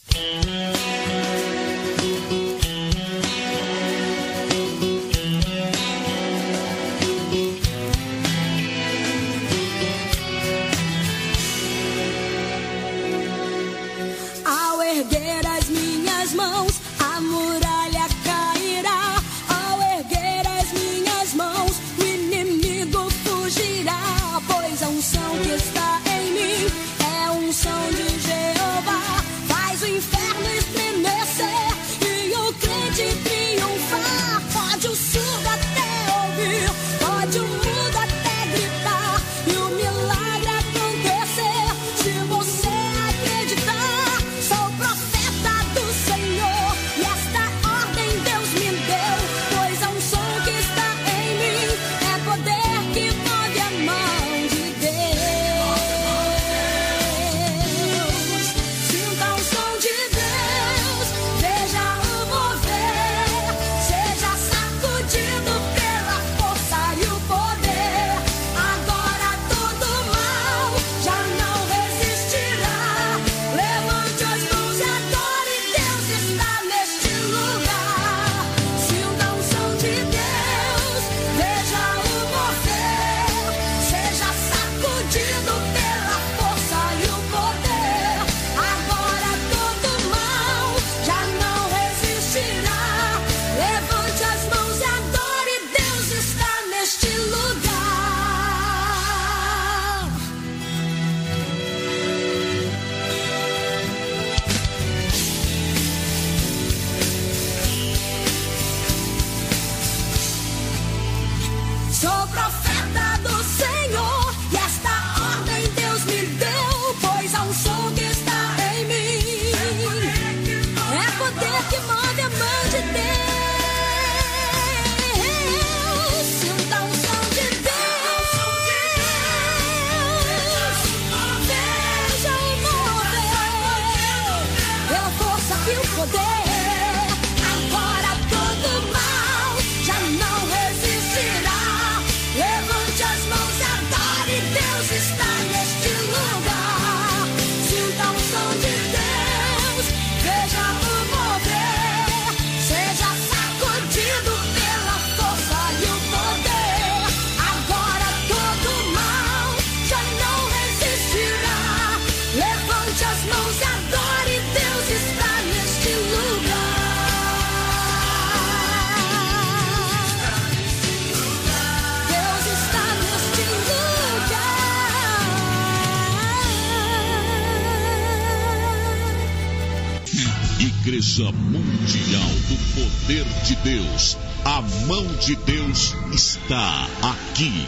Igreja Mundial do Poder de Deus. A mão de Deus está aqui.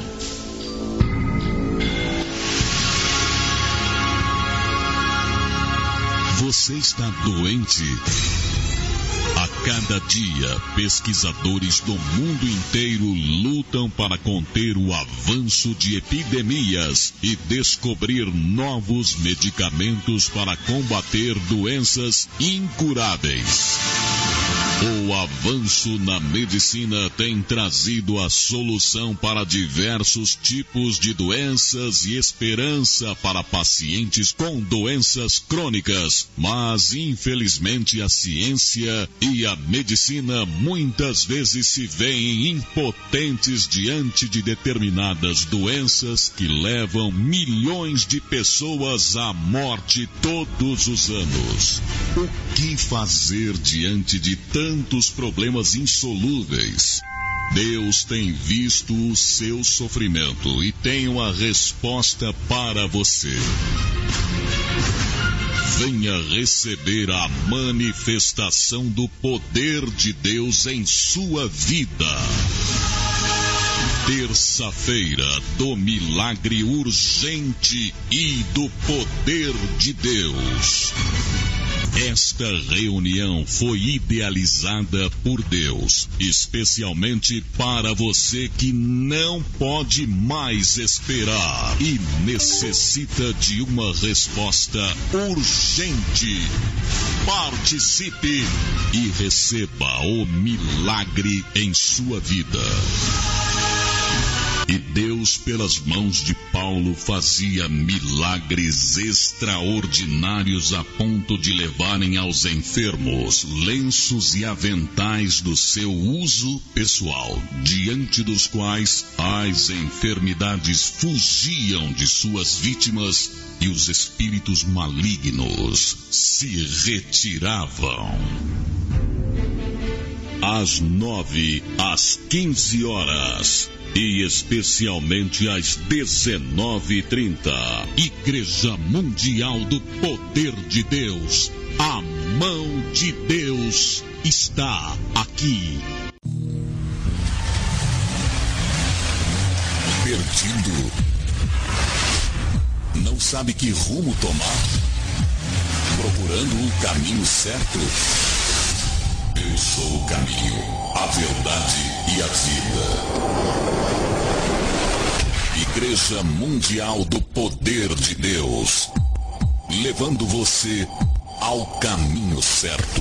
Você está doente? A cada dia, pesquisadores do mundo inteiro lutam para conter o avanço de epidemias e descobrir novos medicamentos para combater doenças incuráveis. O avanço na medicina tem trazido a solução para diversos tipos de doenças e esperança para pacientes com doenças crônicas. Mas, infelizmente, a ciência e a medicina muitas vezes se veem impotentes diante de determinadas doenças que levam milhões de pessoas à morte todos os anos. O que fazer diante de tantos problemas insolúveis? Deus tem visto o seu sofrimento e tem uma resposta para você. Venha receber a manifestação do poder de Deus em sua vida. Terça-feira do milagre urgente e do poder de Deus. Esta reunião foi idealizada por Deus, especialmente para você que não pode mais esperar e necessita de uma resposta urgente. Participe e receba o milagre em sua vida. E Deus, pelas mãos de Paulo, fazia milagres extraordinários a ponto de levarem aos enfermos lenços e aventais do seu uso pessoal, diante dos quais as enfermidades fugiam de suas vítimas e os espíritos malignos se retiravam. Às 9 às 15 horas... e especialmente às 19h30, Igreja Mundial do Poder de Deus, a mão de Deus está aqui. Perdido? Não sabe que rumo tomar? Procurando o caminho certo? Eu sou o caminho, a verdade e a vida. Igreja Mundial do Poder de Deus, levando você ao caminho certo.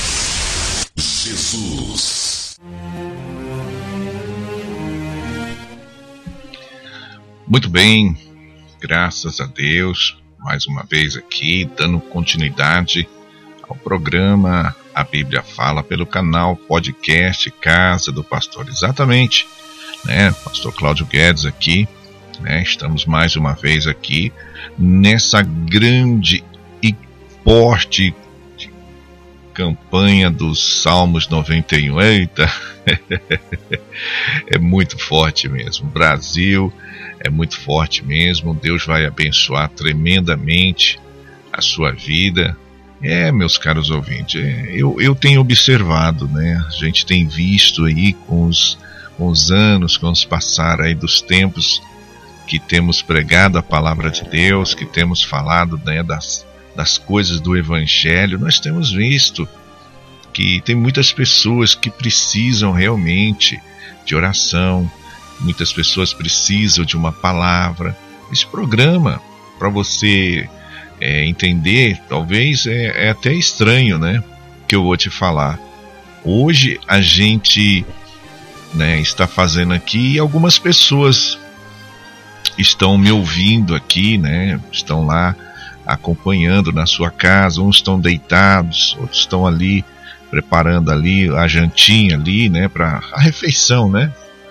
Jesus. Muito bem, graças a Deus, mais uma vez aqui, dando continuidade ao programa A Bíblia Fala pelo canal podcast Casa do Pastor. Exatamente, né? Pastor Cláudio Guedes aqui, né? Estamos mais uma vez aqui nessa grande e forte campanha dos Salmos 91. Eita, é muito forte mesmo. O Brasil é muito forte mesmo. Deus vai abençoar tremendamente a sua vida. Meus caros ouvintes, eu tenho observado, né? A gente tem visto aí com os anos, com os passar aí dos tempos que temos pregado a palavra de Deus, que temos falado, né, das coisas do Evangelho, nós temos visto que tem muitas pessoas que precisam realmente de oração, muitas pessoas precisam de uma palavra. Esse programa, para você entender, talvez é até estranho, né, que eu vou te falar. Hoje a gente, né, está fazendo aqui e algumas pessoas estão me ouvindo aqui, né, estão lá acompanhando na sua casa, uns estão deitados, outros estão ali preparando ali a jantinha ali, né, para a refeição, né,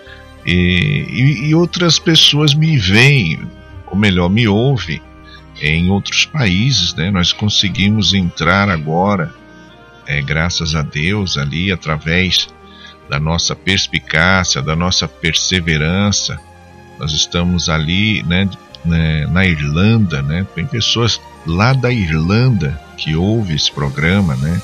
e outras pessoas me veem, ou melhor, me ouvem em outros países, né? Nós conseguimos entrar agora, graças a Deus, ali através da nossa perspicácia, da nossa perseverança. Nós estamos ali, né, na Irlanda, né? Tem pessoas lá da Irlanda que ouvem esse programa, né?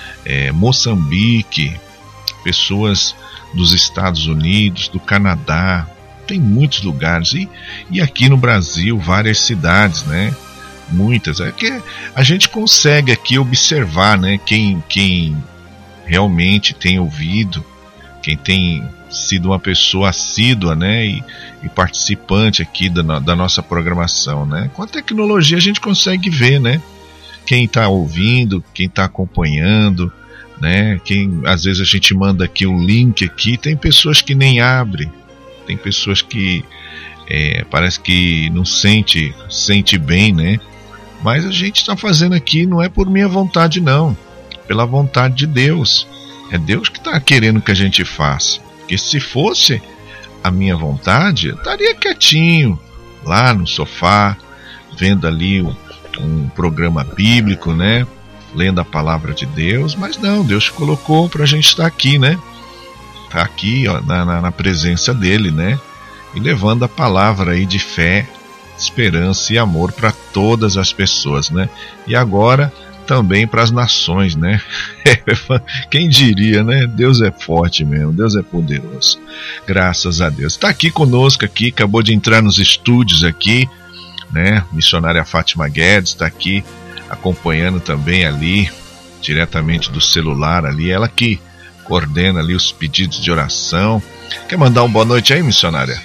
Moçambique, pessoas dos Estados Unidos, do Canadá, tem muitos lugares, e aqui no Brasil várias cidades, né? Muitas, que a gente consegue aqui observar, né? Quem realmente tem ouvido, quem tem sido uma pessoa assídua, né? E participante aqui da nossa programação, né? Com a tecnologia a gente consegue ver, né? Quem está ouvindo, quem está acompanhando, né? Às vezes a gente manda aqui um link aqui, tem pessoas que nem abrem. Tem pessoas que parece que não sente bem, né? Mas a gente está fazendo aqui não é por minha vontade não, pela vontade de Deus. É Deus que está querendo que a gente faça. Porque se fosse a minha vontade, eu estaria quietinho, lá no sofá, vendo ali um programa bíblico, né? Lendo a palavra de Deus. Mas não, Deus colocou para a gente estar aqui, né? Está aqui, ó, na presença dele, né? E levando a palavra aí de fé, esperança e amor para todas as pessoas, né? E agora também para as nações, né? Quem diria, né? Deus é forte mesmo, Deus é poderoso. Graças a Deus. Está aqui conosco aqui, acabou de entrar nos estúdios aqui, né? Missionária Fátima Guedes está aqui acompanhando também ali, diretamente do celular ali, ela que coordena ali os pedidos de oração. Quer mandar uma boa noite aí, missionária?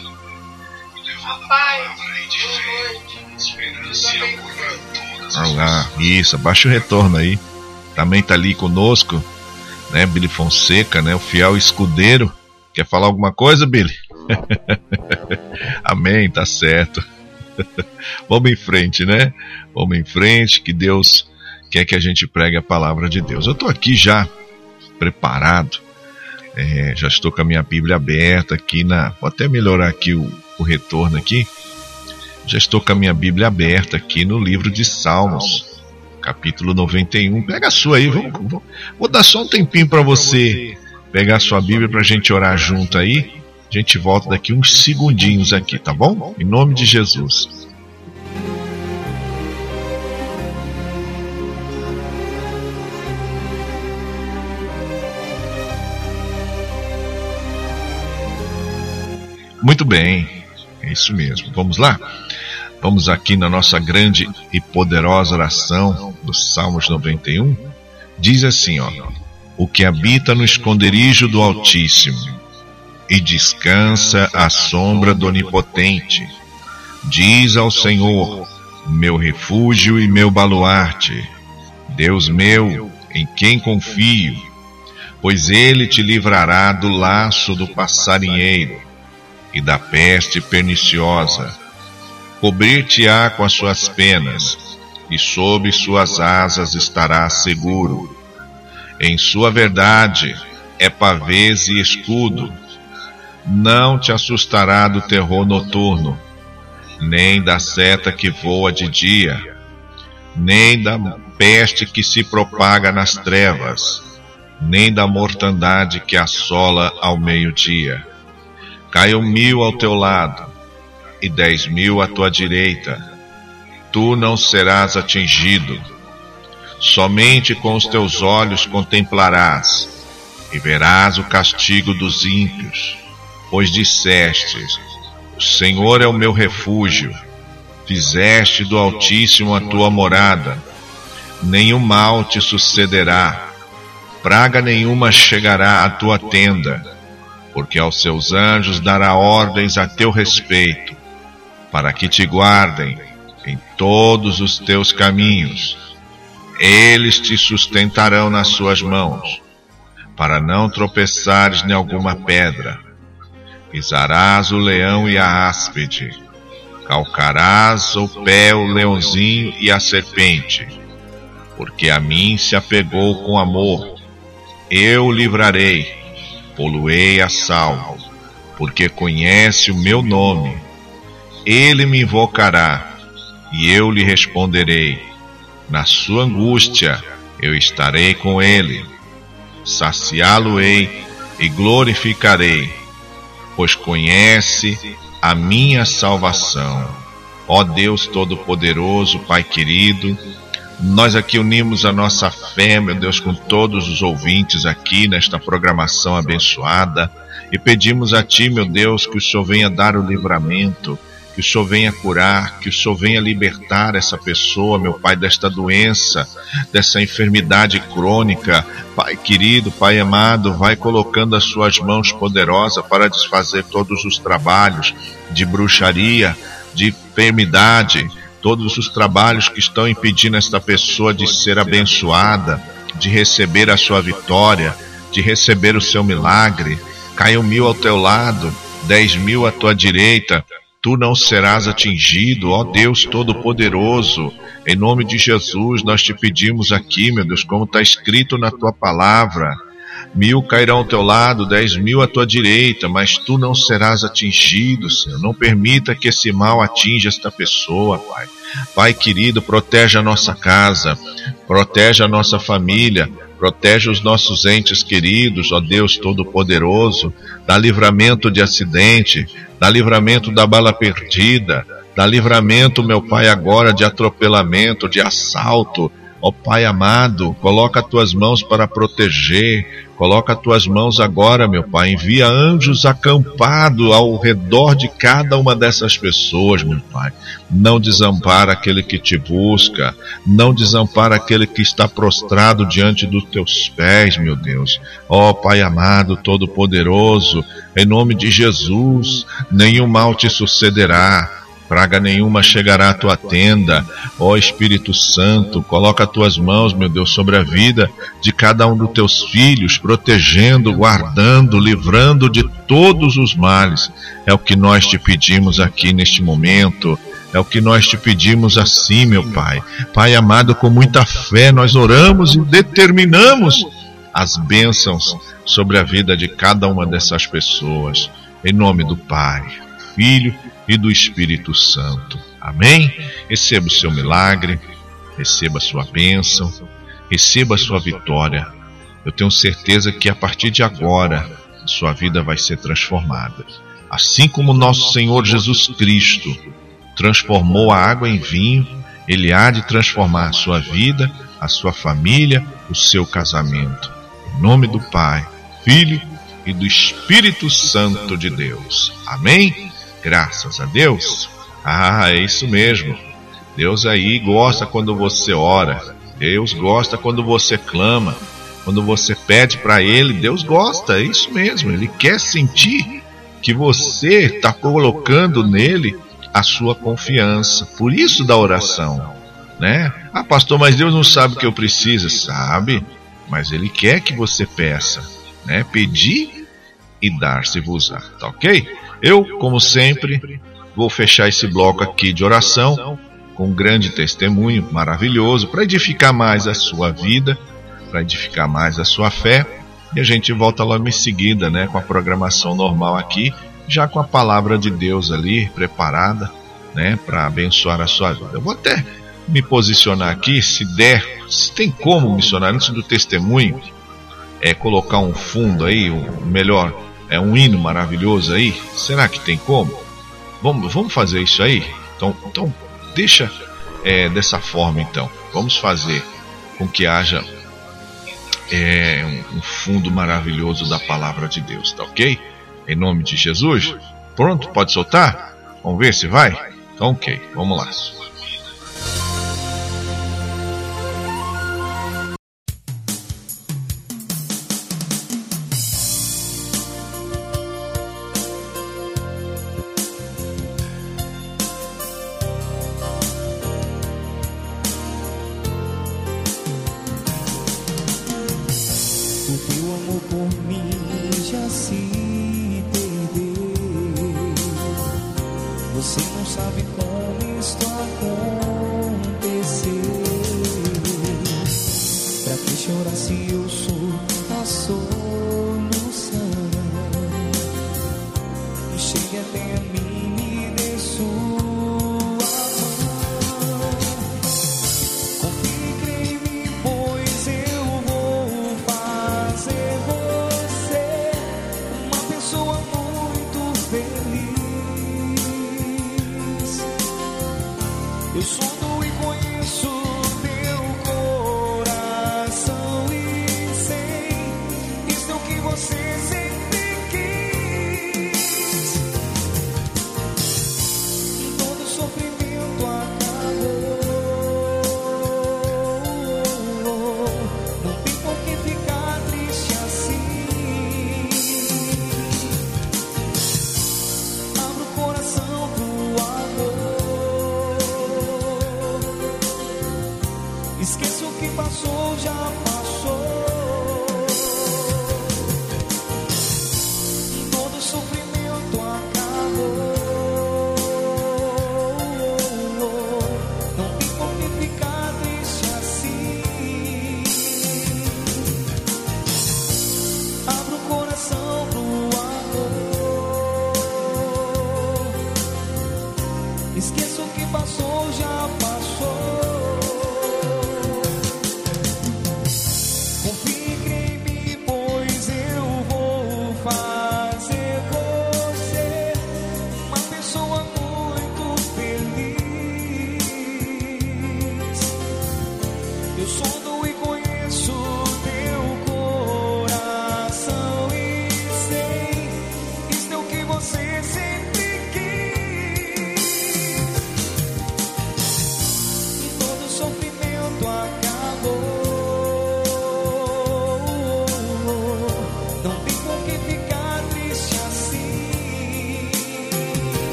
Olá, isso, abaixa o retorno aí. Também tá ali conosco, né, Billy Fonseca, né, o fiel escudeiro. Quer falar alguma coisa, Billy? Amém, tá certo. Vamos em frente, né? Vamos em frente, que Deus quer que a gente pregue a palavra de Deus. Eu estou aqui já preparado, já estou com a minha Bíblia aberta aqui vou até melhorar aqui o retorno aqui. Já estou com a minha Bíblia aberta aqui no livro de Salmos, capítulo 91. Pega a sua aí, vou dar só um tempinho para você pegar a sua Bíblia para a gente orar junto aí. A gente volta daqui uns segundinhos aqui, tá bom? Em nome de Jesus. Muito bem, é isso mesmo. Vamos lá? Vamos aqui na nossa grande e poderosa oração dos Salmos 91. Diz assim, ó: o que habita no esconderijo do Altíssimo e descansa à sombra do Onipotente, diz ao Senhor, meu refúgio e meu baluarte, Deus meu, em quem confio, pois ele te livrará do laço do passarinheiro e da peste perniciosa. Cobrir-te-á com as suas penas, e sob suas asas estarás seguro. Em sua verdade é pavês e escudo. Não te assustará do terror noturno, nem da seta que voa de dia, nem da peste que se propaga nas trevas, nem da mortandade que assola ao meio-dia. Caiam 1000 ao teu lado, e 10.000 à tua direita, tu não serás atingido. Somente com os teus olhos contemplarás, e verás o castigo dos ímpios, pois dissestes, o Senhor é o meu refúgio, fizeste do Altíssimo a tua morada, nenhum mal te sucederá, praga nenhuma chegará à tua tenda, porque aos seus anjos dará ordens a teu respeito, para que te guardem em todos os teus caminhos. Eles te sustentarão nas suas mãos, para não tropeçares em alguma pedra. Pisarás o leão e a áspide, calcarás o pé o leãozinho e a serpente, porque a mim se apegou com amor. Eu o livrarei, pô-lo-ei a salvo, porque conhece o meu nome. Ele me invocará, e eu lhe responderei. Na sua angústia eu estarei com ele. Saciá-lo-ei e glorificarei, pois conhece a minha salvação. Ó Deus Todo-Poderoso, Pai querido, nós aqui unimos a nossa fé, meu Deus, com todos os ouvintes aqui nesta programação abençoada, e pedimos a Ti, meu Deus, que o Senhor venha dar o livramento, que o Senhor venha curar, que o Senhor venha libertar essa pessoa, meu Pai, desta doença, dessa enfermidade crônica. Pai querido, Pai amado, vai colocando as suas mãos poderosas para desfazer todos os trabalhos de bruxaria, de enfermidade, todos os trabalhos que estão impedindo esta pessoa de ser abençoada, de receber a sua vitória, de receber o seu milagre. Caiam 1000 ao teu lado, 10.000 à tua direita, tu não serás atingido. Ó Deus Todo-Poderoso, em nome de Jesus, nós te pedimos aqui, meu Deus, como está escrito na tua palavra, 1000 cairão ao teu lado, 10.000 à tua direita, mas tu não serás atingido, Senhor. Não permita que esse mal atinja esta pessoa, Pai. Pai querido, protege a nossa casa, protege a nossa família, protege os nossos entes queridos, ó Deus Todo-Poderoso, dá livramento de acidente, dá livramento da bala perdida, dá livramento, meu Pai, agora de atropelamento, de assalto. Ó Pai amado, coloca as tuas mãos para proteger, coloca as tuas mãos agora, meu Pai, envia anjos acampados ao redor de cada uma dessas pessoas, meu Pai. Não desampara aquele que te busca, não desampara aquele que está prostrado diante dos teus pés, meu Deus. Ó Pai amado, Todo-Poderoso, em nome de Jesus, nenhum mal te sucederá. praga nenhuma chegará à tua tenda. Ó Espírito Santo, coloca as tuas mãos, meu Deus, sobre a vida de cada um dos teus filhos, protegendo, guardando, livrando de todos os males. É o que nós te pedimos aqui neste momento. É o que nós te pedimos assim, meu Pai. Pai amado, com muita fé nós oramos e determinamos as bênçãos sobre a vida de cada uma dessas pessoas. Em nome do Pai, Filho e do Espírito Santo. Amém? Receba o seu milagre, receba a sua bênção, receba a sua vitória. Eu tenho certeza que a partir de agora a sua vida vai ser transformada. Assim como nosso Senhor Jesus Cristo transformou a água em vinho, Ele há de transformar a sua vida, a sua família, o seu casamento. Em nome do Pai, Filho e do Espírito Santo de Deus. Amém? Graças a Deus. Ah, é isso mesmo. Deus aí gosta quando você ora. Deus gosta quando você clama. Quando você pede para Ele, Deus gosta. É isso mesmo. Ele quer sentir que você está colocando nele a sua confiança. Por isso da oração, né? Ah, pastor, mas Deus não sabe o que eu preciso. Sabe, mas Ele quer que você peça, né? Pedir e dar-se-vos-á, tá ok? Eu, como sempre, vou fechar esse bloco aqui de oração com um grande testemunho maravilhoso para edificar mais a sua vida, para edificar mais a sua fé. E a gente volta logo em seguida, né, com a programação normal aqui, já com a palavra de Deus ali preparada, né, para abençoar a sua vida. Eu vou até me posicionar aqui, se der, se tem como missionar antes do testemunho, colocar um fundo aí, um hino maravilhoso aí. Será que tem como? Vamos fazer isso aí? Então deixa dessa forma então. Vamos fazer com que haja um fundo maravilhoso da palavra de Deus, tá ok? Em nome de Jesus. Pronto? Pode soltar? Vamos ver se vai? Então ok, vamos lá.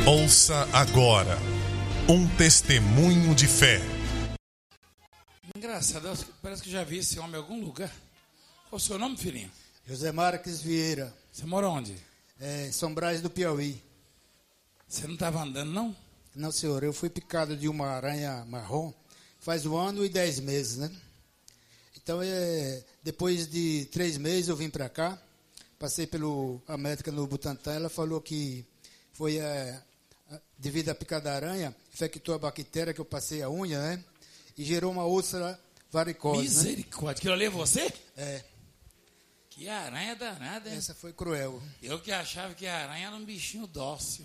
Ouça agora um testemunho de fé. Engraçado, parece que já vi esse homem em algum lugar. Qual o seu nome, filhinho? José Marques Vieira. Você mora onde? São Brás do Piauí. Você não estava andando, não? Não, senhor, eu fui picado de uma aranha marrom faz 1 ano e 10 meses, né? Então, depois de 3 meses eu vim para cá, passei a médica no Butantã, ela falou que foi devido à picada da aranha, infectou a bactéria que eu passei a unha, né? E gerou uma úlcera varicose. Misericórdia, né? Aquilo ali é você? É. Que aranha danada, hein? Essa foi cruel. Eu que achava que a aranha era um bichinho dócil.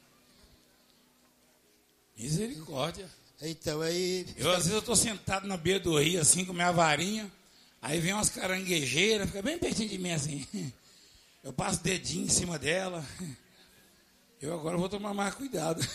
Misericórdia. Então, aí... Às vezes eu estou sentado na beira do rio, assim, com minha varinha, aí vem umas caranguejeiras, fica bem pertinho de mim, assim. Eu passo o dedinho em cima dela. Eu agora vou tomar mais cuidado.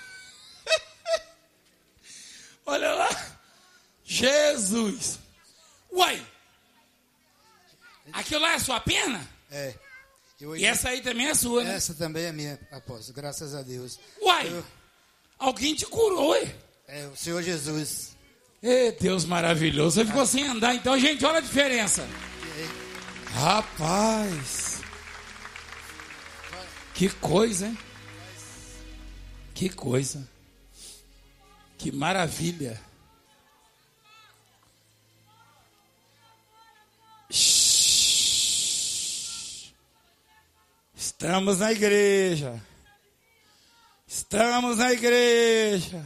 Olha lá. Jesus. Uai. Aquilo lá é sua pena? É. E essa aí também é sua, né? Essa também é minha, apóstolo, graças a Deus. Uai. Alguém te curou, ué? É o Senhor Jesus. Deus maravilhoso. Você ficou sem andar, então, gente, olha a diferença. Rapaz. Que coisa, hein? Que coisa. Que maravilha. Estamos na igreja. Estamos na igreja.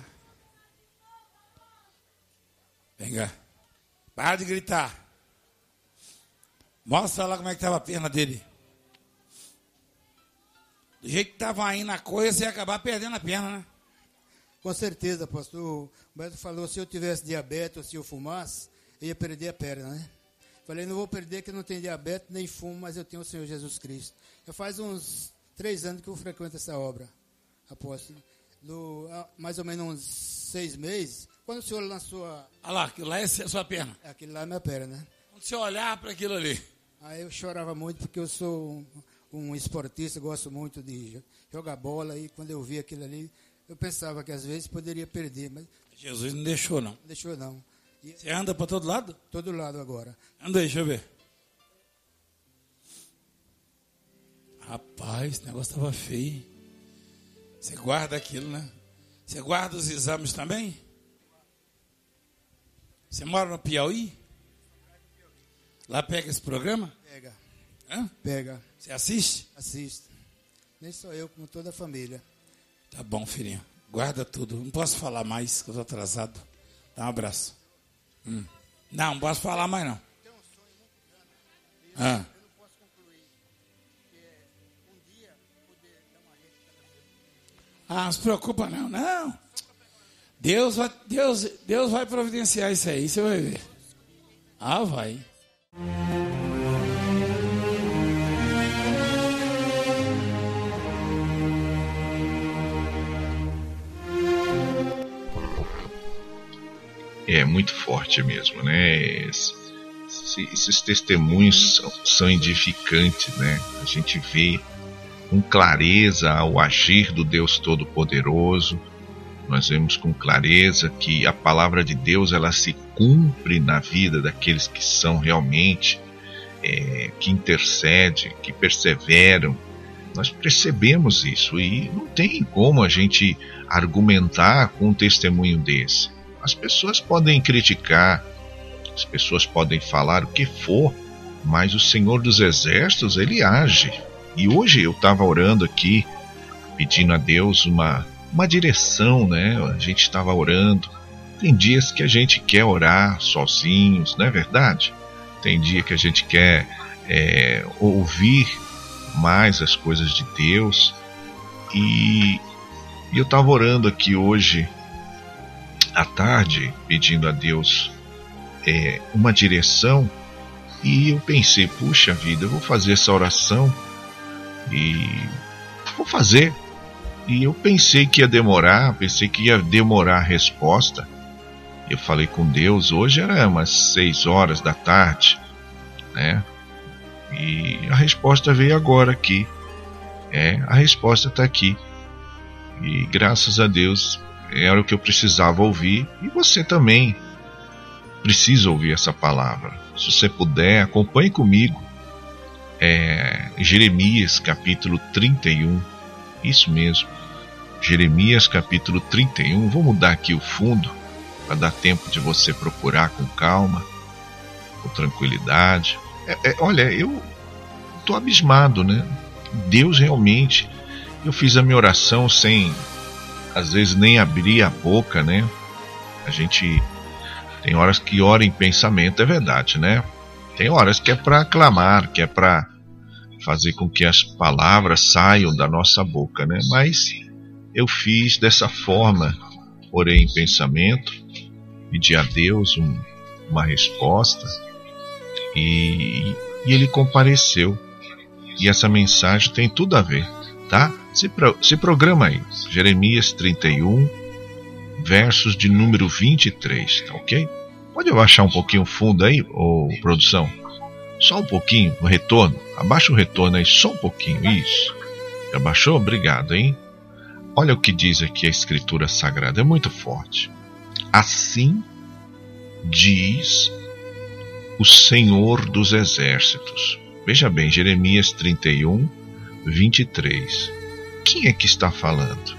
Vem cá. Para de gritar. Mostra lá como é que estava a perna dele. Do jeito que estava indo a coisa, você ia acabar perdendo a perna, né? Com certeza, pastor. O médico falou, se eu tivesse diabetes ou se eu fumasse, eu ia perder a perna, né? Falei, não vou perder que eu não tenho diabetes nem fumo, mas eu tenho o Senhor Jesus Cristo. Já faz uns 3 anos que eu frequento essa obra, apóstolo. Mais ou menos uns 6 meses, quando o senhor lançou a... Olha lá, aquilo lá é a sua perna. Aquilo lá é minha perna, né? Quando você olhar para aquilo ali. Aí eu chorava muito porque eu sou um esportista, gosto muito de jogar bola, e quando eu vi aquilo ali, eu pensava que às vezes poderia perder, mas... Jesus não deixou, não. Não deixou, não. Você anda para todo lado? Todo lado agora. Anda aí, deixa eu ver. Rapaz, esse negócio estava feio. Você guarda aquilo, né? Você guarda os exames também? Você mora no Piauí? Lá pega esse programa? Pega. Hã? Pega. Você assiste? Assisto. Nem só eu, como toda a família. Tá bom, filhinho. Guarda tudo. Não posso falar mais, que eu estou atrasado. Dá um abraço. Não posso falar mais, não. Tem um sonho muito grande. Eu não posso concluir. Que é um dia poder dar uma rede. Não se preocupa, não. Não. Deus vai providenciar isso aí, você vai ver. Vai. É muito forte mesmo, né? Esses testemunhos são edificantes, né? A gente vê com clareza o agir do Deus Todo-Poderoso. Nós vemos com clareza que a palavra de Deus ela se cumpre na vida daqueles que são realmente que intercedem, que perseveram. Nós percebemos isso e não tem como a gente argumentar com um testemunho desse. As pessoas podem criticar, as pessoas podem falar o que for, mas o Senhor dos Exércitos, Ele age. E hoje eu estava orando aqui, pedindo a Deus uma direção, né? A gente estava orando. Tem dias que a gente quer orar sozinhos, não é verdade? Tem dia que a gente quer ouvir mais as coisas de Deus. E eu estava orando aqui hoje, à tarde, pedindo a Deus uma direção, e eu pensei, puxa vida, eu vou fazer essa oração e vou fazer. E eu pensei que ia demorar a resposta. Eu falei com Deus, hoje era umas 6 horas da tarde, né? E a resposta veio agora aqui. A resposta está aqui. E graças a Deus era o que eu precisava ouvir, e você também precisa ouvir essa palavra. Se você puder, acompanhe comigo. Jeremias capítulo 31, isso mesmo, Jeremias capítulo 31. Vou mudar aqui o fundo para dar tempo de você procurar com calma, com tranquilidade. Olha, eu estou abismado, né? Deus realmente, eu fiz a minha oração sem, às vezes, nem abrir a boca, né? A gente tem horas que ora em pensamento, é verdade, né? Tem horas que é para clamar, que é para fazer com que as palavras saiam da nossa boca, né? Mas eu fiz dessa forma, orei em pensamento, pedi a Deus uma resposta, e Ele compareceu. E essa mensagem tem tudo a ver, tá? Se programa aí, Jeremias 31, versos de número 23, tá ok? Pode abaixar um pouquinho o fundo aí, produção? Só um pouquinho, o retorno. Abaixa o retorno aí, só um pouquinho, isso. Já baixou? Obrigado, hein? Olha o que diz aqui a Escritura Sagrada, é muito forte. Assim diz o Senhor dos Exércitos. Veja bem, Jeremias 31, 23. Quem é que está falando?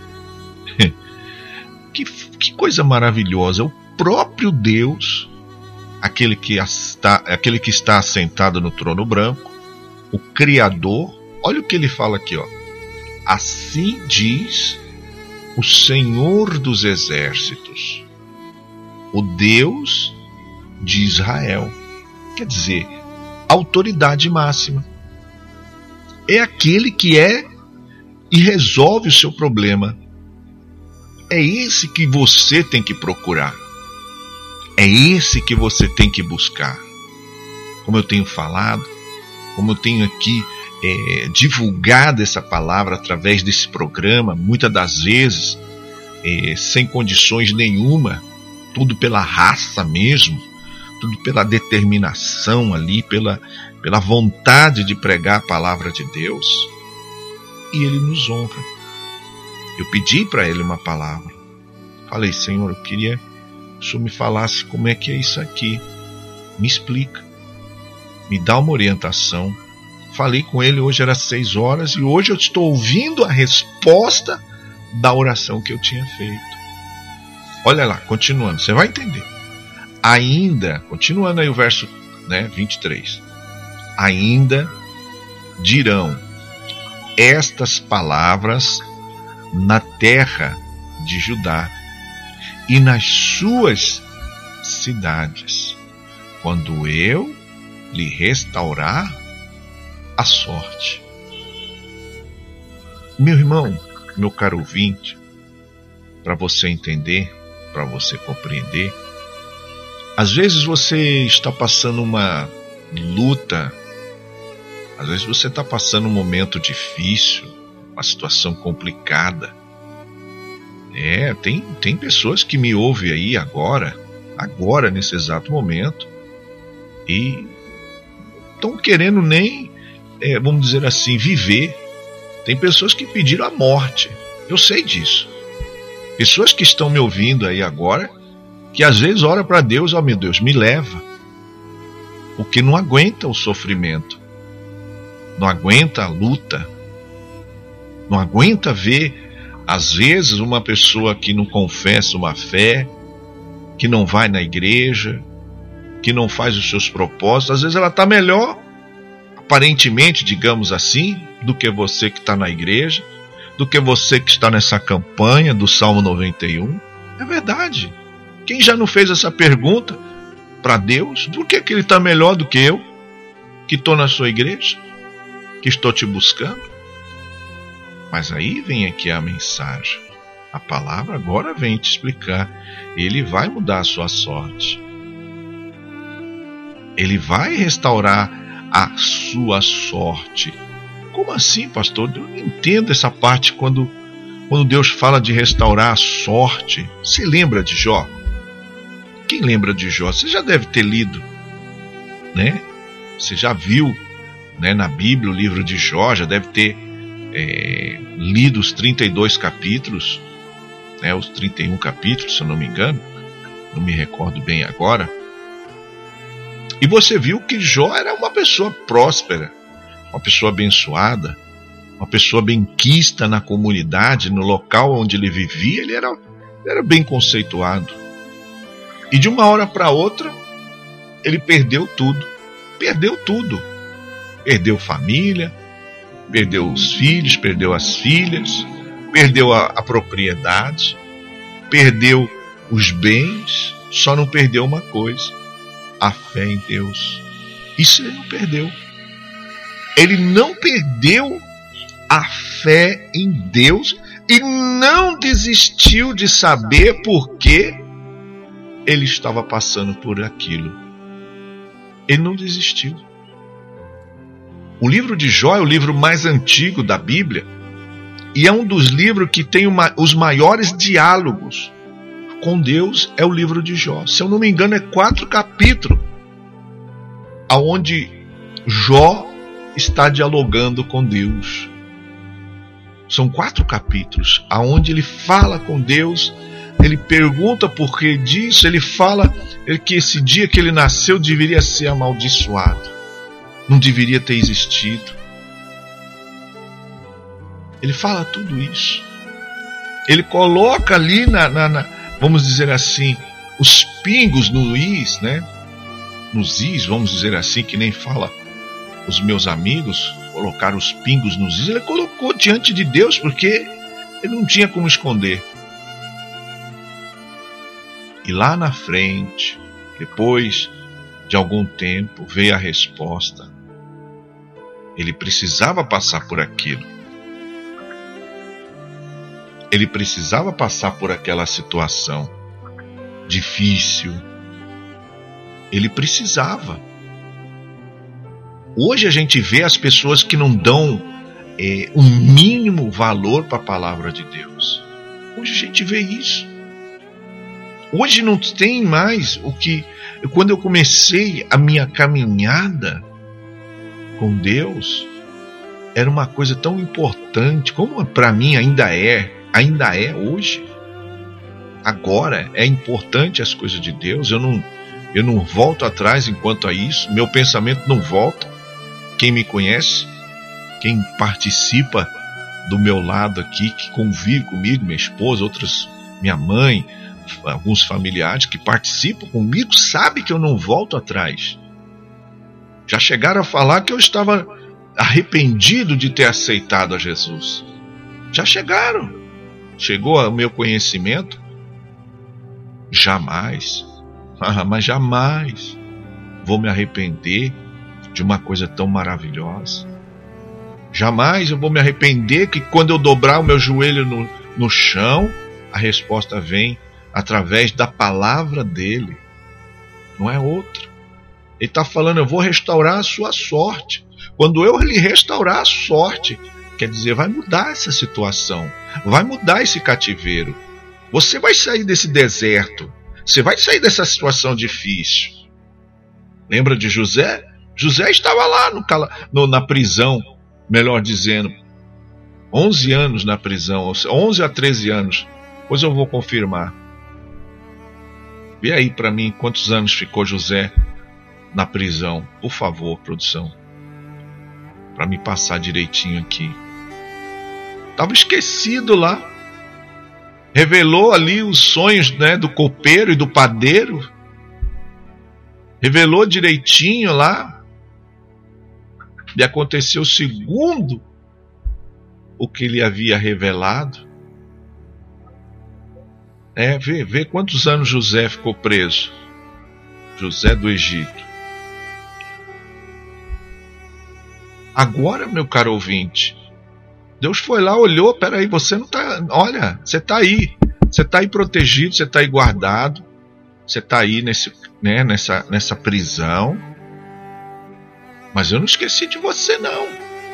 Que coisa maravilhosa! O próprio Deus, aquele que está assentado no trono branco, o Criador. Olha o que ele fala aqui, ó. Assim diz o Senhor dos Exércitos, o Deus de Israel. Quer dizer, autoridade máxima. É aquele que é e resolve o seu problema. É esse que você tem que procurar. É esse que você tem que buscar. Como eu tenho falado, como eu tenho aqui divulgado essa palavra através desse programa, muitas das vezes sem condições nenhuma, tudo pela raça mesmo, tudo pela determinação ali, pela vontade de pregar a palavra de Deus. E Ele nos honra. Eu pedi para Ele uma palavra. Falei, Senhor, eu queria que o Senhor me falasse como é que é isso aqui. Me explica. Me dá uma orientação. Falei com Ele, hoje era 6 horas, e hoje eu estou ouvindo a resposta da oração que eu tinha feito. Olha lá, continuando, você vai entender. Ainda, continuando aí o verso 23. Ainda dirão estas palavras na terra de Judá e nas suas cidades, quando eu lhe restaurar a sorte. Meu irmão, meu caro ouvinte, para você entender, para você compreender, às vezes você está passando uma luta, às vezes você está passando um momento difícil, uma situação complicada. Tem pessoas que me ouvem aí agora nesse exato momento, e estão querendo nem, vamos dizer assim, viver. Tem pessoas que pediram a morte, eu sei disso. Pessoas que estão me ouvindo aí agora, que às vezes ora para Deus, ó meu Deus, me leva, porque não aguenta o sofrimento, não aguenta a luta, não aguenta ver, às vezes, uma pessoa que não confessa uma fé, que não vai na igreja, que não faz os seus propósitos. Às vezes ela está melhor, aparentemente, digamos assim, do que você que está na igreja, do que você que está nessa campanha do Salmo 91. É verdade. Quem já não fez essa pergunta para Deus? Por que Ele está melhor do que eu, que estou na sua igreja, que estou te buscando? Mas aí vem aqui a mensagem. A palavra agora vem te explicar. Ele vai mudar a sua sorte. Ele vai restaurar a sua sorte. Como assim, pastor? Eu não entendo essa parte quando Deus fala de restaurar a sorte. Você lembra de Jó? Quem lembra de Jó? Você já deve ter lido, né? Você já viu, né, na Bíblia o livro de Jó, já deve ter lido os 32 capítulos, os 31 capítulos, se eu não me engano, não me recordo bem agora, e você viu que Jó era uma pessoa próspera, uma pessoa abençoada, uma pessoa benquista na comunidade, no local onde ele vivia, ele era bem conceituado. E de uma hora para outra, ele perdeu tudo. Perdeu tudo. Perdeu família, perdeu os filhos, perdeu as filhas, perdeu a propriedade, perdeu os bens, só não perdeu uma coisa: a fé em Deus. Isso ele não perdeu. Ele não perdeu a fé em Deus e não desistiu de saber por que ele estava passando por aquilo. Ele não desistiu. O livro de Jó é o livro mais antigo da Bíblia e é um dos livros que tem os maiores diálogos com Deus. É o livro de Jó. Se eu não me engano, é 4 capítulos aonde Jó está dialogando com Deus. São 4 capítulos aonde ele fala com Deus, ele pergunta por que disso, ele fala que esse dia que ele nasceu deveria ser amaldiçoado, não deveria ter existido. Ele fala tudo isso. Ele coloca ali vamos dizer assim, os pingos no is, né? Nos is, vamos dizer assim, que nem fala os meus amigos, colocar os pingos nos is. Ele colocou diante de Deus porque ele não tinha como esconder. E lá na frente, depois de algum tempo, veio a resposta. Ele precisava passar por aquilo. Ele precisava passar por aquela situação difícil. Ele precisava. Hoje a gente vê as pessoas que não dão um mínimo valor para a palavra de Deus. Hoje a gente vê isso. Hoje não tem mais o que... Quando eu comecei a minha caminhada com Deus, era uma coisa tão importante, como para mim ainda é hoje. Agora é importante as coisas de Deus. Eu não volto atrás enquanto a isso. Meu pensamento não volta. Quem me conhece, quem participa do meu lado aqui, que convive comigo, minha esposa, minha mãe, alguns familiares que participam comigo, sabe que eu não volto atrás. Já chegaram a falar que eu estava arrependido de ter aceitado a Jesus. Já chegaram. Chegou ao meu conhecimento? Jamais. Mas jamais vou me arrepender de uma coisa tão maravilhosa. Jamais eu vou me arrepender que quando eu dobrar o meu joelho no chão, a resposta vem através da palavra dele. Não é outra. Ele está falando: eu vou restaurar a sua sorte. Quando eu lhe restaurar a sorte, quer dizer, vai mudar essa situação, vai mudar esse cativeiro. Você vai sair desse deserto, você vai sair dessa situação difícil. Lembra de José? José estava lá na prisão, melhor dizendo, 11 anos na prisão, 11 a 13 anos. Pois eu vou confirmar. Vê aí para mim quantos anos ficou José na prisão, por favor, produção, para me passar direitinho aqui. Estava esquecido lá. Revelou ali os sonhos, né, do copeiro e do padeiro. Revelou direitinho lá. E aconteceu segundo o que ele havia revelado. Vê quantos anos José ficou preso. José do Egito. Agora, meu caro ouvinte, Deus foi lá, olhou, peraí, você não está... Olha, você está aí. Você está aí protegido, você está aí guardado. Você está aí nessa prisão. Mas eu não esqueci de você, não.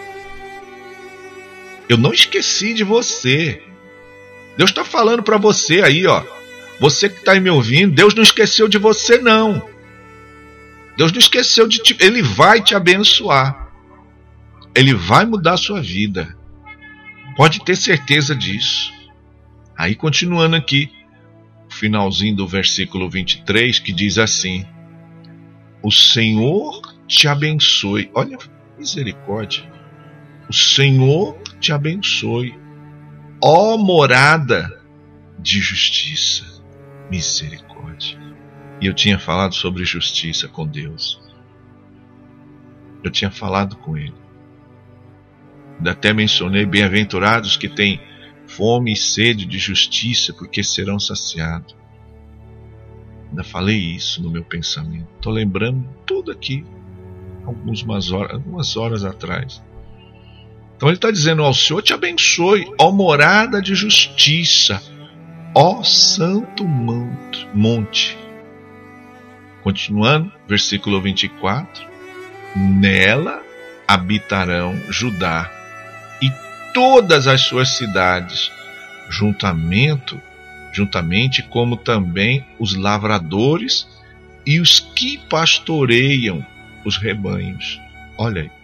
Eu não esqueci de você. Deus está falando para você aí, ó. Você que está aí me ouvindo, Deus não esqueceu de você, não. Deus não esqueceu de ti. Ele vai te abençoar. Ele vai mudar a sua vida. Pode ter certeza disso. Aí continuando aqui, o finalzinho do versículo 23, que diz assim: o Senhor te abençoe. Olha, misericórdia. O Senhor te abençoe, ó morada de justiça. Misericórdia. E eu tinha falado sobre justiça com Deus. Eu tinha falado com Ele. Até mencionei: bem-aventurados que têm fome e sede de justiça, porque serão saciados. Ainda falei isso no meu pensamento. Estou lembrando tudo aqui, algumas horas atrás. Então ele está dizendo: ó, o Senhor te abençoe, ó morada de justiça, ó santo monte. Continuando, versículo 24: nela habitarão Judá e todas as suas cidades, juntamente como também os lavradores e os que pastoreiam os rebanhos. Olha aí.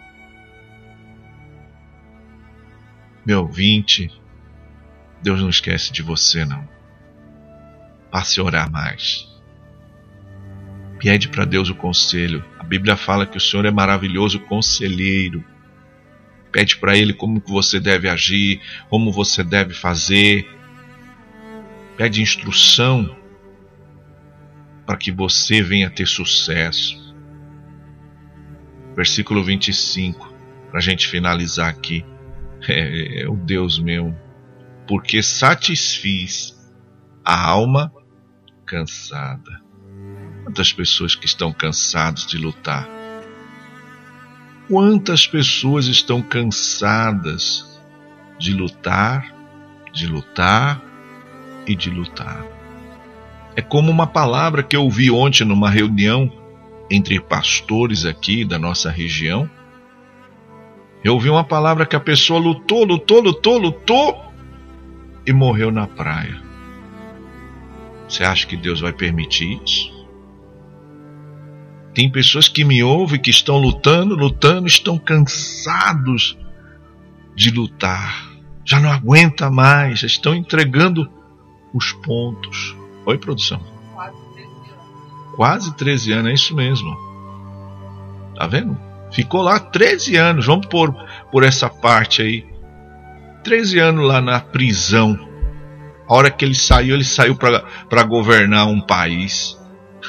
Meu ouvinte, Deus não esquece de você, não. Passe a orar mais. Pede para Deus o conselho. A Bíblia fala que o Senhor é maravilhoso conselheiro. Pede para Ele como que você deve agir, como você deve fazer. Pede instrução para que você venha ter sucesso. Versículo 25, para a gente finalizar aqui. É o Deus meu, porque satisfiz a alma cansada. Quantas pessoas que estão cansadas de lutar? Quantas pessoas estão cansadas de lutar, de lutar e de lutar? É como uma palavra que eu ouvi ontem numa reunião entre pastores aqui da nossa região. Eu ouvi uma palavra que a pessoa lutou e morreu na praia. Você acha que Deus vai permitir isso? Tem pessoas que me ouvem que estão lutando, estão cansados de lutar. Já não aguenta mais, já estão entregando os pontos. Oi, produção? Quase 13 anos, é isso mesmo. Tá vendo? Ficou lá 13 anos, vamos por essa parte aí. 13 anos lá na prisão. A hora que ele saiu para governar um país.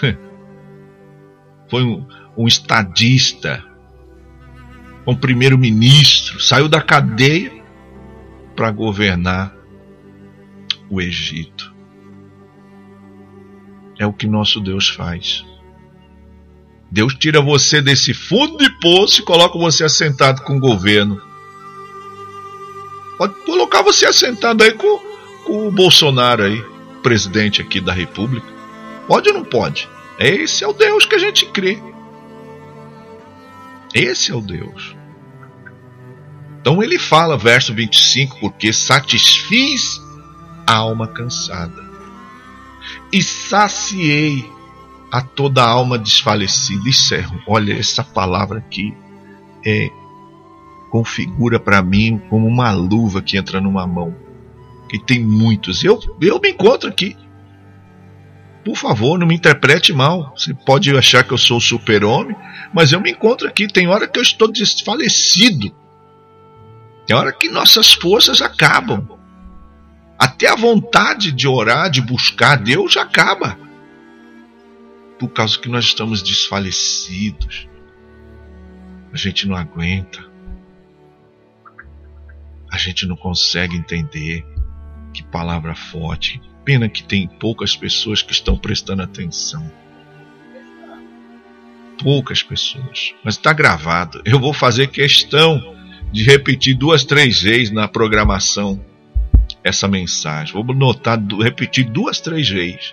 Foi um estadista, um primeiro-ministro, saiu da cadeia para governar o Egito. É o que nosso Deus faz. Deus tira você desse fundo de poço e coloca você assentado com o governo. Pode colocar você assentado aí com o Bolsonaro aí, presidente aqui da República. Pode ou não pode? Esse é o Deus que a gente crê. Esse é o Deus. Então ele fala, verso 25, porque satisfiz a alma cansada e saciei a toda a alma desfalecida. Isso é, olha, essa palavra aqui configura para mim como uma luva que entra numa mão. Que tem muitos. Eu me encontro aqui. Por favor, não me interprete mal. Você pode achar que eu sou o super-homem, mas eu me encontro aqui. Tem hora que eu estou desfalecido. Tem hora que nossas forças acabam. Até a vontade de orar, de buscar Deus acaba. Por causa que nós estamos desfalecidos. A gente não aguenta. A gente não consegue entender. Que palavra forte. Pena que tem poucas pessoas que estão prestando atenção. Poucas pessoas. Mas está gravado. Eu vou fazer questão de repetir 2, 3 vezes na programação essa mensagem. Vou repetir 2, 3 vezes.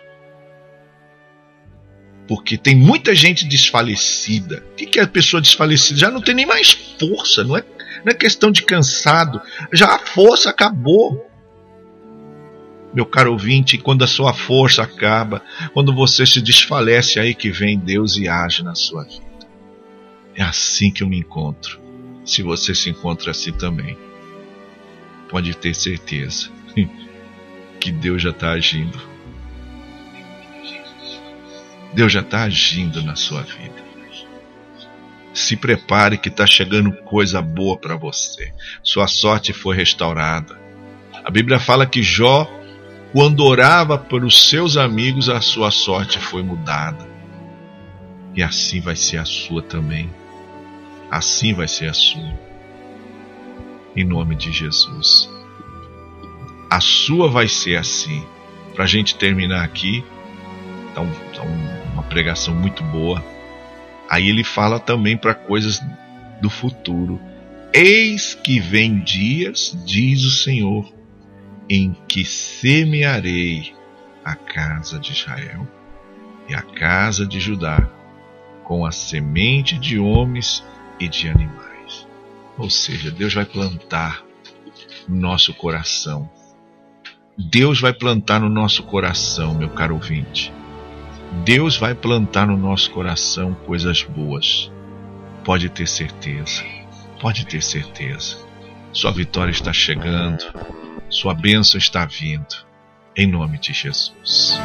Porque tem muita gente desfalecida. O que é a pessoa desfalecida? Já não tem nem mais força. Não é questão de cansado. Já a força acabou. Meu caro ouvinte, quando a sua força acaba, quando você se desfalece, aí que vem Deus e age na sua vida. É assim que eu me encontro. Se você se encontra assim também, pode ter certeza que Deus já está agindo. Deus já está agindo na sua vida. Se prepare que está chegando coisa boa para você. Sua sorte foi restaurada. A Bíblia fala que Jó, quando orava pelos seus amigos, a sua sorte foi mudada. E assim vai ser a sua também. Assim vai ser a sua. Em nome de Jesus. A sua vai ser assim. Para a gente terminar aqui, tá uma pregação muito boa. Aí ele fala também para coisas do futuro. Eis que vem dias, diz o Senhor, em que semearei a casa de Israel e a casa de Judá com a semente de homens e de animais. Ou seja, Deus vai plantar no nosso coração. Deus vai plantar no nosso coração, meu caro ouvinte. Deus vai plantar no nosso coração coisas boas. Pode ter certeza. Pode ter certeza. Sua vitória está chegando. Sua bênção está vindo. Em nome de Jesus.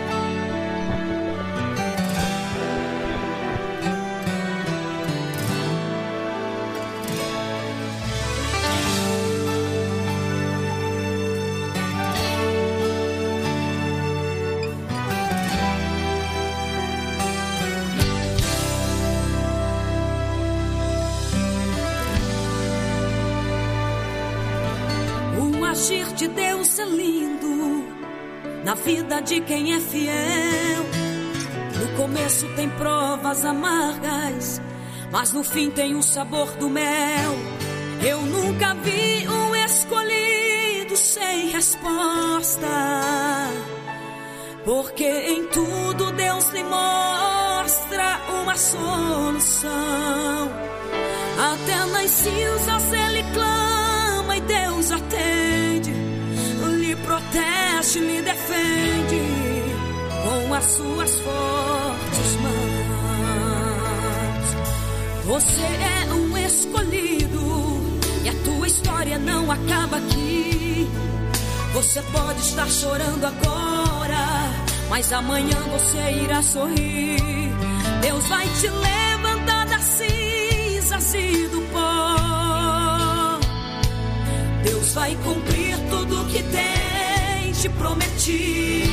agir de Deus é lindo na vida de quem é fiel. No começo tem provas amargas, mas no fim tem o sabor do mel. Eu nunca vi um escolhido sem resposta, porque em tudo Deus lhe mostra uma solução. Até nas cinzas ele clama e Deus atende, lhe protege, lhe defende com as suas fortes mãos. Você é um escolhido e a tua história não acaba aqui. Você pode estar chorando agora, mas amanhã você irá sorrir. Deus vai te levantar das cinzas e do pó. Deus vai cumprir tudo que tem te prometido.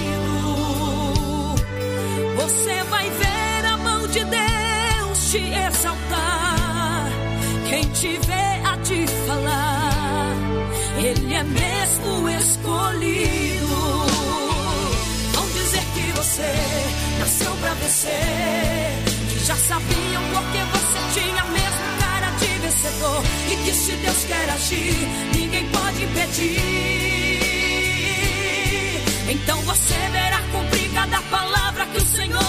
Você vai ver a mão de Deus te exaltar. Quem te vê a te falar, Ele é mesmo escolhido. Vão dizer que você nasceu pra vencer, que já sabiam porque você tinha mesmo cara de vencedor, e que se Deus quer agir, ninguém pode impedir. Então você verá cumprir cada palavra que o Senhor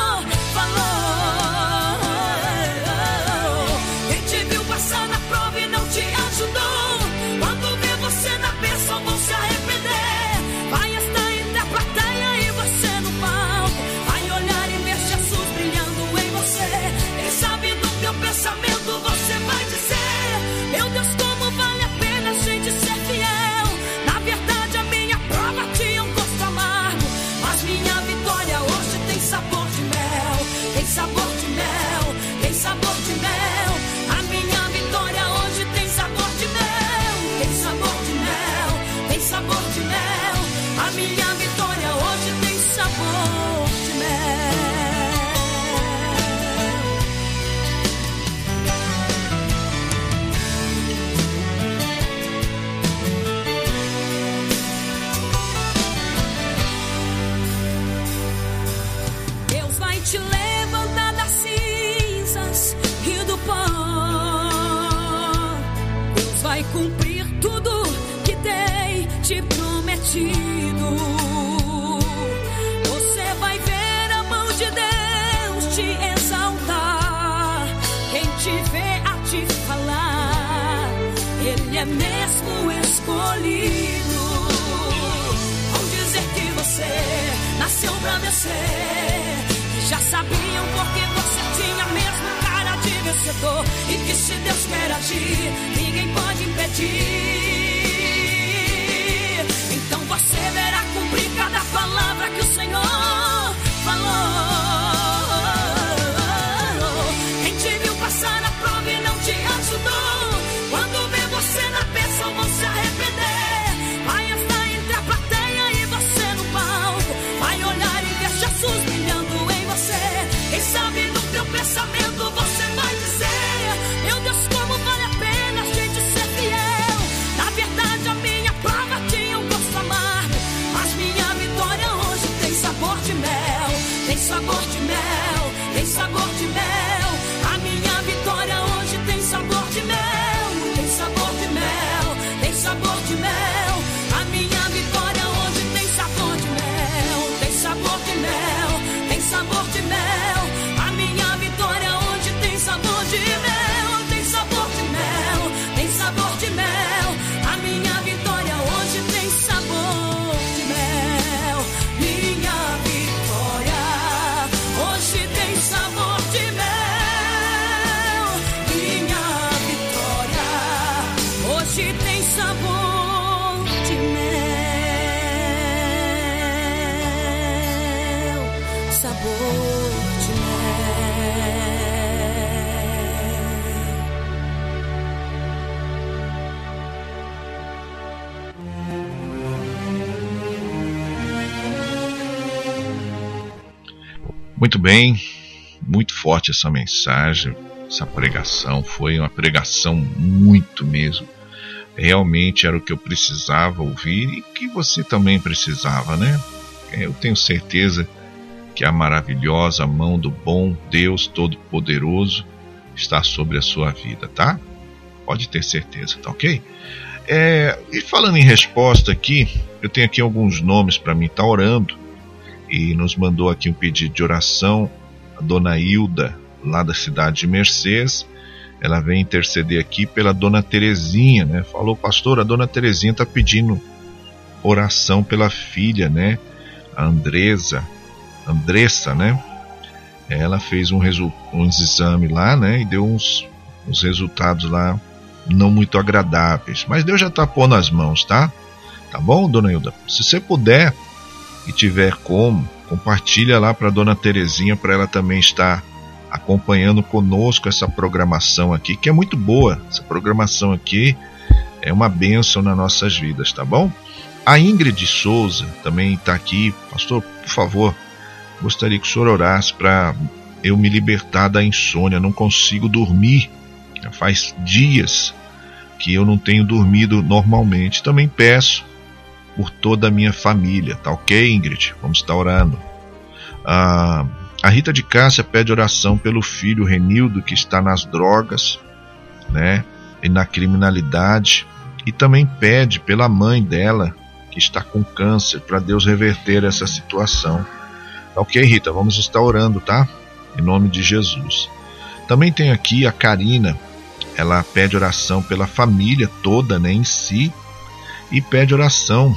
falou. Quem te viu passar na prova e não te ajudou, quando vê você na bênção vão se arrepender. Vai estar entre a plateia e você no palco, vai olhar e ver Jesus brilhando em você. Ele sabe do teu pensamento, você vai dizer: meu Deus, como vale a pena a gente ser fiel. Na verdade a minha prova tinha um gosto amargo, mas minha vitória hoje tem sabor de mel. Tem sabor de mel, tem sabor de mel. A minha vitória hoje tem sabor de mel. Tem sabor de mel, tem sabor de mel. A minha vitória hoje tem sabor de mel. Deus vai te levantar das cinzas e do pó. Deus vai cumprir tudo que tem te prometido. Você vai ver a mão de Deus te exaltar. Quem te vê a te falar, Ele é mesmo escolhido. Vão dizer que você nasceu pra vencer, que já sabiam porque você tinha mesmo cara de vencedor, e que se Deus quer agir, ninguém pode impedir. você verá cumprir cada palavra que o Senhor falou. Quem te viu passar na prova e não te ajudou, quando vê você na bênção vão se arrepender. Vai estar entre a plateia e você no palco, vai olhar e ver Jesus brilhando em você. Quem sabe no teu pensamento você vai dizer: meu Deus, como vale a pena a gente ser fiel. Na verdade a minha prova tinha um gosto amargo, mas minha vitória hoje tem sabor de mel. Tem sabor de mel, tem sabor de mel. A minha vitória hoje tem sabor de mel. Tem sabor de mel, tem sabor de mel. A minha vitória hoje tem sabor de mel. Tem sabor de mel, tem sabor de mel. A minha vitória hoje tem sabor de mel. Tem sabor de mel, tem sabor de mel. A minha vitória hoje tem sabor de mel. Minha vitória hoje tem sabor de mel. Minha vitória hoje tem sabor de mel. Sabor de mel. Muito bem, muito forte essa mensagem, essa pregação. Foi uma pregação muito mesmo. Realmente era o que eu precisava ouvir e que você também precisava, né? Eu tenho certeza que a maravilhosa mão do bom Deus Todo-Poderoso está sobre a sua vida, tá? Pode ter certeza, tá ok? E falando em resposta aqui, eu tenho aqui alguns nomes para mim estar orando. E nos mandou aqui um pedido de oração a Dona Hilda, lá da cidade de Mercês. Ela vem interceder aqui pela Dona Terezinha, né? Falou: pastor, a Dona Terezinha está pedindo oração pela filha, né? A Andressa, né? Ela fez um exame lá, né? E deu uns resultados lá não muito agradáveis. Mas Deus já está pondo as mãos, tá? Tá bom, Dona Hilda? Se você puder e tiver como, compartilha lá para a Dona Terezinha, para ela também estar acompanhando conosco essa programação aqui, que é muito boa. Essa programação aqui é uma bênção nas nossas vidas, tá bom? A Ingrid Souza também está aqui. Pastor, por favor, gostaria que o senhor orasse para eu me libertar da insônia. Não consigo dormir, já faz dias que eu não tenho dormido normalmente. Também peço por toda a minha família, tá ok, Ingrid? Vamos estar orando. A Rita de Cássia pede oração pelo filho Renildo, que está nas drogas, né, e na criminalidade, e também pede pela mãe dela, que está com câncer, para Deus reverter essa situação. Tá ok, Rita? Vamos estar orando, tá? Em nome de Jesus. Também tem aqui a Karina, ela pede oração pela família toda, né, em si, e pede oração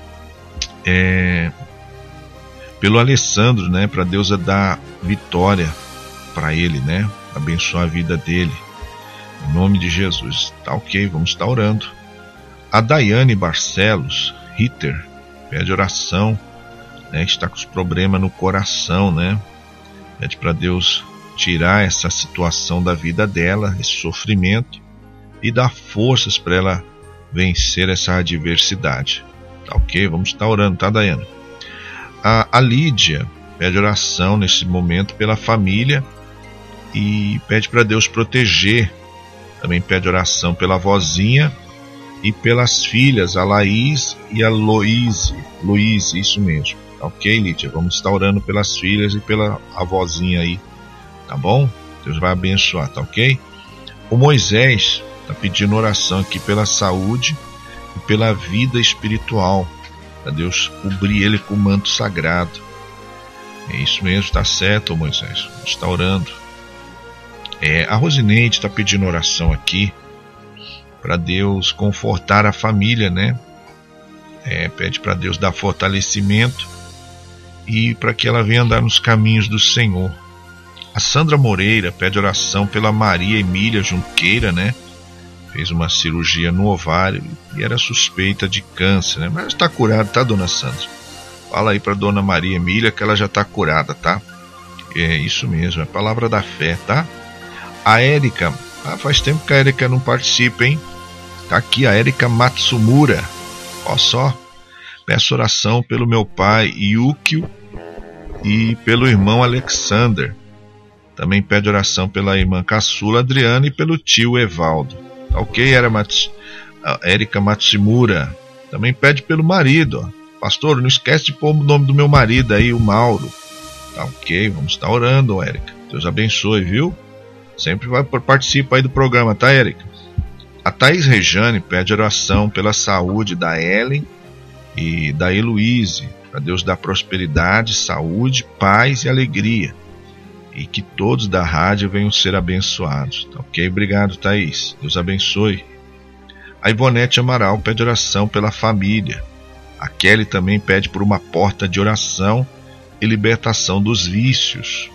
pelo Alessandro, né, para Deus dar vitória para ele, né, abençoar a vida dele, em nome de Jesus. Tá ok, vamos estar orando. A Daiane Barcelos Ritter pede oração, né, está com os problemas no coração, né, pede para Deus tirar essa situação da vida dela, esse sofrimento, e dar forças para ela vencer essa adversidade. Tá ok? Vamos estar orando, tá, Daiane? A Lídia pede oração nesse momento pela família e pede para Deus proteger. Também pede oração pela avózinha e pelas filhas, a Laís e a Luíse, isso mesmo. Tá ok, Lídia? Vamos estar orando pelas filhas e pela avózinha aí, tá bom? Deus vai abençoar, tá ok? O Moisés está pedindo oração aqui pela saúde e pela vida espiritual, para Deus cobrir ele com o manto sagrado. É isso mesmo, está certo, Moisés. Está orando. A Rosineide está pedindo oração aqui para Deus confortar a família, né? Pede para Deus dar fortalecimento e para que ela venha andar nos caminhos do Senhor. A Sandra Moreira pede oração pela Maria Emília Junqueira, né? fez uma cirurgia no ovário e era suspeita de câncer, né? Mas está curada, tá, dona Sandra? Fala aí para dona Maria Emília que ela já está curada, tá? É isso mesmo, é a palavra da fé, tá? A Érica, faz tempo que a Érica não participa, hein? Tá aqui a Érica Matsumura. Ó só, peço oração pelo meu pai Yukio e pelo irmão Alexander. Também pede oração pela irmã caçula Adriana e pelo tio Evaldo. Tá ok, Érica Matsumura. Também pede pelo marido, ó. Pastor, não esquece de pôr o nome do meu marido aí, o Mauro. Tá ok, vamos estar orando, Érica. Deus abençoe, viu? Sempre participa aí do programa, tá, Érica? A Thaís Rejane pede oração pela saúde da Ellen e da Heloíse, para Deus dar prosperidade, saúde, paz e alegria, e que todos da rádio venham ser abençoados. Tá ok? Obrigado, Thaís. Deus abençoe. A Ivonete Amaral pede oração pela família. A Kelly também pede por uma porta de oração e libertação dos vícios.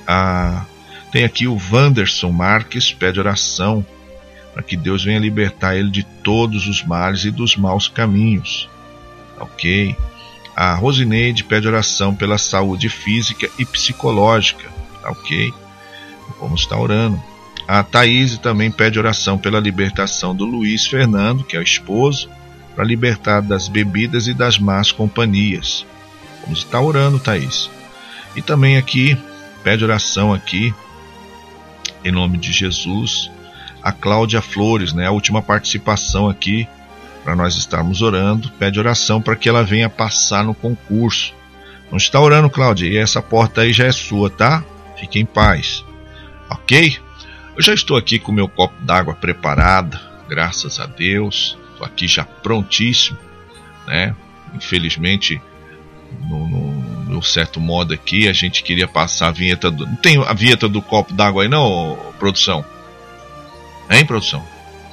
Tem aqui o Wanderson Marques, pede oração para que Deus venha libertar ele de todos os males e dos maus caminhos. Ok? A Rosineide pede oração pela saúde física e psicológica. Ok? Vamos estar orando. A Thaís também pede oração pela libertação do Luiz Fernando, que é o esposo, para libertar das bebidas e das más companhias. Vamos estar orando, Thaís. E também aqui, pede oração aqui, em nome de Jesus, a Cláudia Flores, né, a última participação aqui, para nós estarmos orando, pede oração para que ela venha passar no concurso. Vamos estar orando, Cláudia, e essa porta aí já é sua, tá? Fique em paz. Ok? Eu já estou aqui com o meu copo d'água preparado, graças a Deus. Estou aqui já prontíssimo, né? Infelizmente, no certo modo aqui, a gente queria passar a vinheta do... Não tem a vinheta do copo d'água aí não, produção? Hein, produção?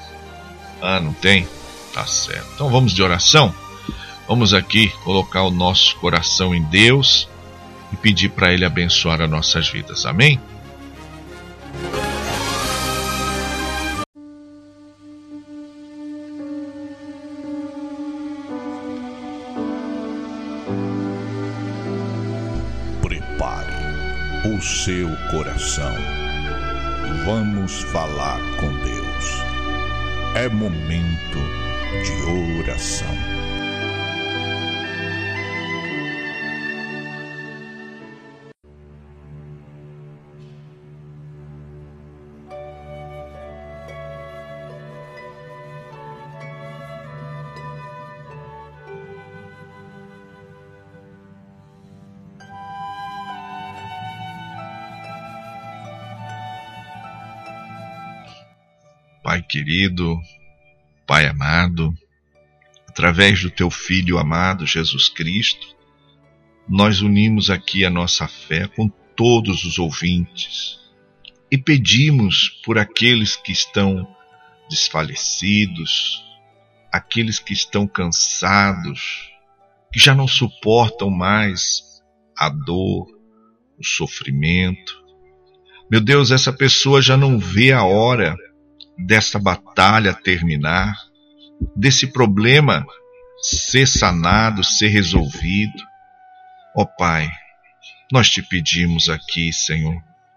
Não tem? Tá certo. Então vamos de oração? Vamos aqui colocar o nosso coração em Deus e pedir para Ele abençoar as nossas vidas. Amém? O seu coração. Vamos falar com Deus. É momento de oração. Pai querido, Pai amado, através do Teu Filho amado, Jesus Cristo, nós unimos aqui a nossa fé com todos os ouvintes e pedimos por aqueles que estão desfalecidos, aqueles que estão cansados, que já não suportam mais a dor, o sofrimento. Meu Deus, essa pessoa já não vê a hora dessa batalha terminar, desse problema ser sanado, ser resolvido. Ó Pai, nós te pedimos aqui, Senhor.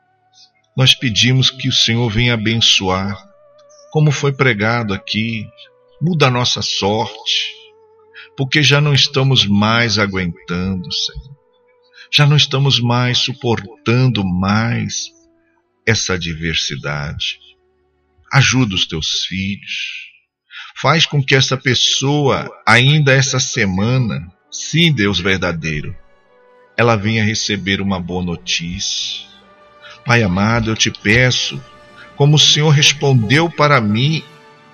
Nós pedimos que o Senhor venha abençoar, como foi pregado aqui, muda a nossa sorte, porque já não estamos mais aguentando, Senhor. Já não estamos mais suportando mais essa adversidade. Ajuda os teus filhos. Faz com que essa pessoa, ainda essa semana, sim, Deus verdadeiro, ela venha receber uma boa notícia. Pai amado, eu te peço, como o Senhor respondeu para mim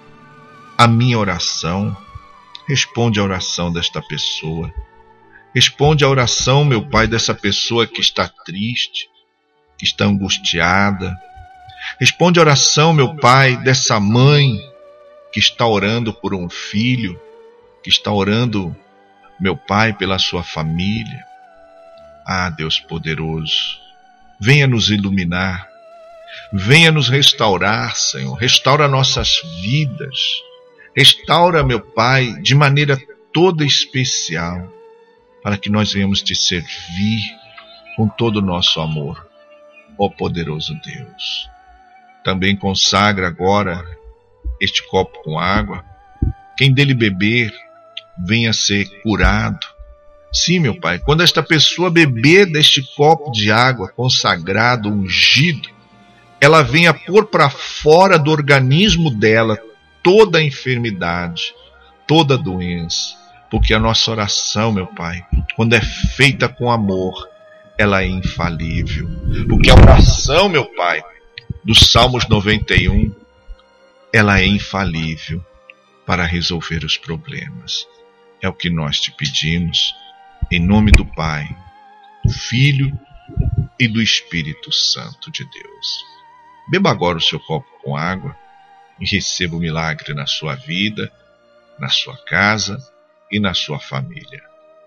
a minha oração, responde a oração desta pessoa. Responde a oração, meu Pai, dessa pessoa que está triste, que está angustiada. Responde a oração, meu Pai, dessa mãe que está orando por um filho, que está orando, meu Pai, pela sua família. Deus poderoso, venha nos iluminar, Venha nos restaurar, Senhor. Restaura nossas vidas. Restaura, meu Pai, de maneira toda especial, para que nós venhamos te servir com todo o nosso amor, ó poderoso Deus. Também consagra agora este copo com água. Quem dele beber, venha ser curado. Sim, meu Pai, quando esta pessoa beber deste copo de água consagrado, ungido, ela venha pôr para fora do organismo dela toda a enfermidade, toda a doença, porque a nossa oração, meu Pai, quando é feita com amor, ela é infalível. Porque a oração, meu Pai, dos Salmos 91, ela é infalível para resolver os problemas. É o que nós te pedimos, em nome do Pai, do Filho e do Espírito Santo de Deus. Beba agora o seu copo com água e receba o milagre na sua vida, na sua casa e na sua família.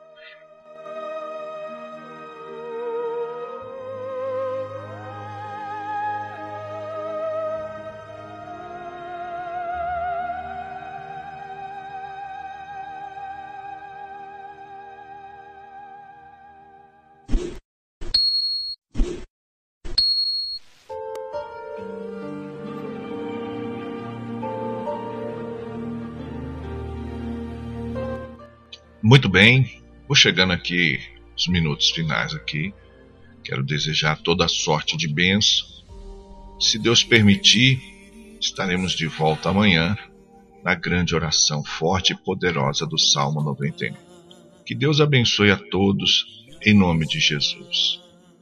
Muito bem, vou chegando aqui, os minutos finais aqui. Quero desejar toda a sorte de bênção. Se Deus permitir, estaremos de volta amanhã na grande oração forte e poderosa do Salmo 91. Que Deus abençoe a todos, em nome de Jesus.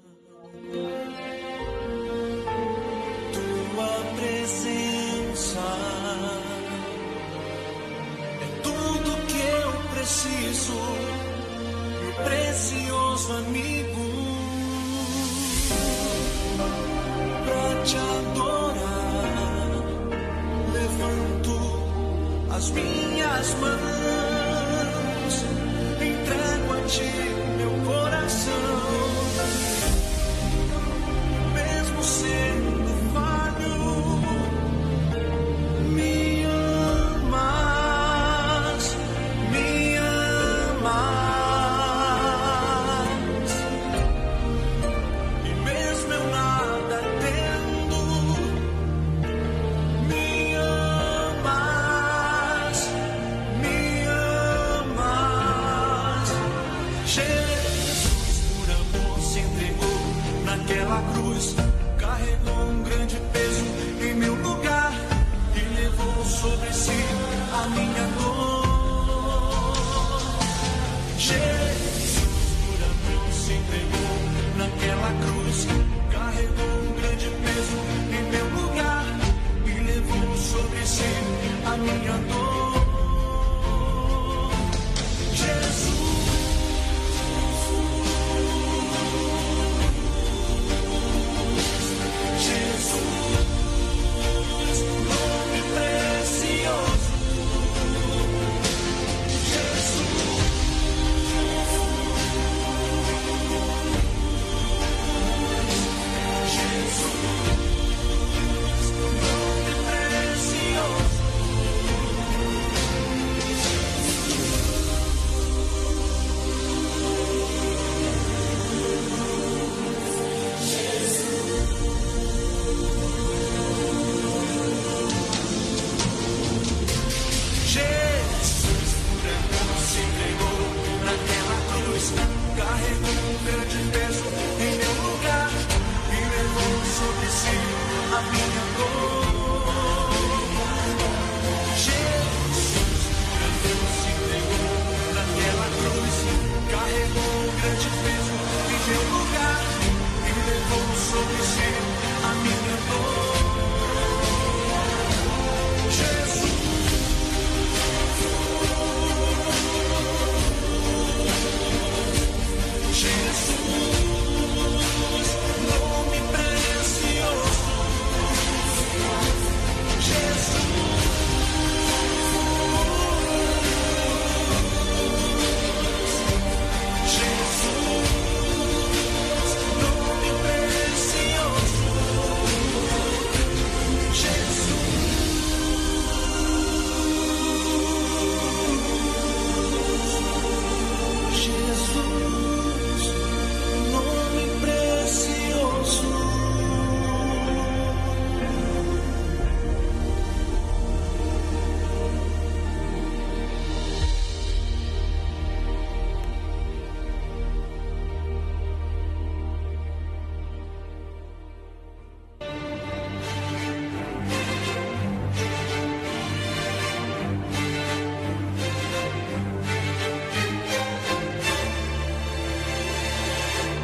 Tua presença é tudo que eu preciso, meu precioso amigo, pra te adorar. Levanto as minhas mãos